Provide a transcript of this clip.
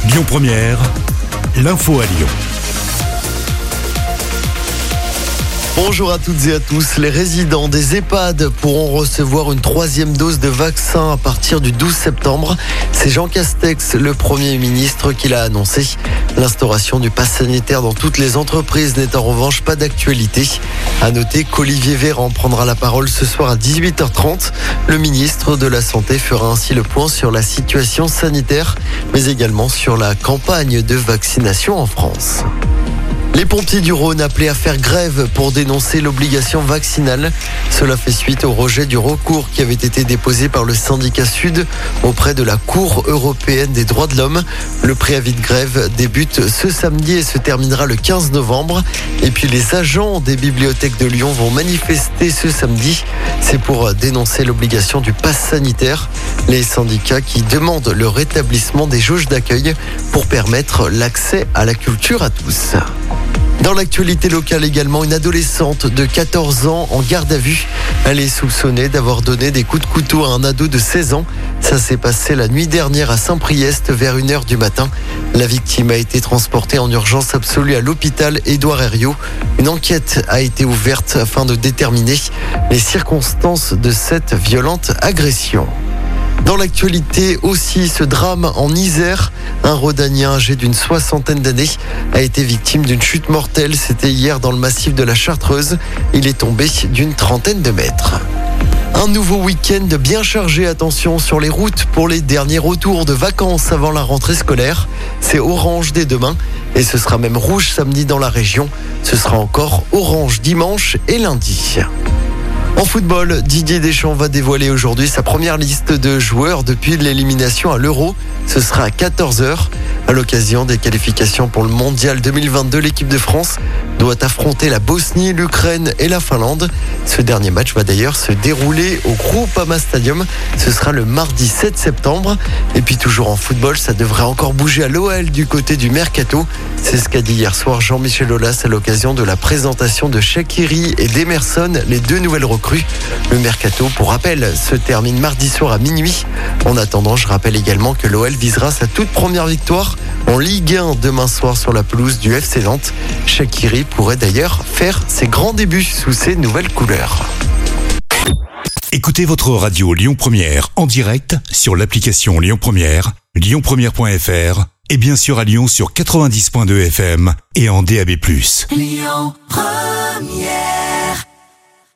Lyon Première, l'info à Lyon. Bonjour à toutes et à tous. Les résidents des EHPAD pourront recevoir une 3e dose de vaccin à partir du 12 septembre. C'est Jean Castex, le Premier ministre, qui l'a annoncé. L'instauration du pass sanitaire dans toutes les entreprises n'est en revanche pas d'actualité. À noter qu'Olivier Véran prendra la parole ce soir à 18h30. Le ministre de la Santé fera ainsi le point sur la situation sanitaire, mais également sur la campagne de vaccination en France. Les pompiers du Rhône appelés à faire grève pour dénoncer l'obligation vaccinale. Cela fait suite au rejet du recours qui avait été déposé par le syndicat Sud auprès de la Cour européenne des droits de l'homme. Le préavis de grève débute ce samedi et se terminera le 15 novembre. Et puis les agents des bibliothèques de Lyon vont manifester ce samedi. C'est pour dénoncer l'obligation du pass sanitaire. Les syndicats qui demandent le rétablissement des jauges d'accueil pour permettre l'accès à la culture à tous. Dans l'actualité locale également, une adolescente de 14 ans en garde à vue. Elle est soupçonnée d'avoir donné des coups de couteau à un ado de 16 ans. Ça s'est passé la nuit dernière à Saint-Priest vers 1h du matin. La victime a été transportée en urgence absolue à l'hôpital Édouard Herriot. Une enquête a été ouverte afin de déterminer les circonstances de cette violente agression. Dans l'actualité aussi, ce drame en Isère. Un Rhodanien âgé d'une 60aine d'années a été victime d'une chute mortelle. C'était hier dans le massif de la Chartreuse. Il est tombé d'une 30aine de mètres. Un nouveau week-end bien chargé, attention sur les routes pour les derniers retours de vacances avant la rentrée scolaire. C'est orange dès demain et ce sera même rouge samedi dans la région. Ce sera encore orange dimanche et lundi. En football, Didier Deschamps va dévoiler aujourd'hui sa première liste de joueurs depuis l'élimination à l'Euro. Ce sera à 14h. À l'occasion des qualifications pour le Mondial 2022, l'équipe de France doit affronter la Bosnie, l'Ukraine et la Finlande. Ce dernier match va d'ailleurs se dérouler au Groupama Stadium. Ce sera le mardi 7 septembre. Et puis toujours en football, ça devrait encore bouger à l'OL du côté du Mercato. C'est ce qu'a dit hier soir Jean-Michel Aulas à l'occasion de la présentation de Shaqiri et d'Emerson, les deux nouvelles recrues. Le Mercato, pour rappel, se termine mardi soir à minuit. En attendant, je rappelle également que l'OL visera sa toute première victoire en Ligue 1 demain soir sur la pelouse du FC Nantes. Shaqiri pourrait d'ailleurs faire ses grands débuts sous ses nouvelles couleurs. Écoutez votre radio Lyon Première en direct sur l'application Lyon Première, lyonpremière.fr et bien sûr à Lyon sur 90.2 FM et en DAB+. Lyon Première.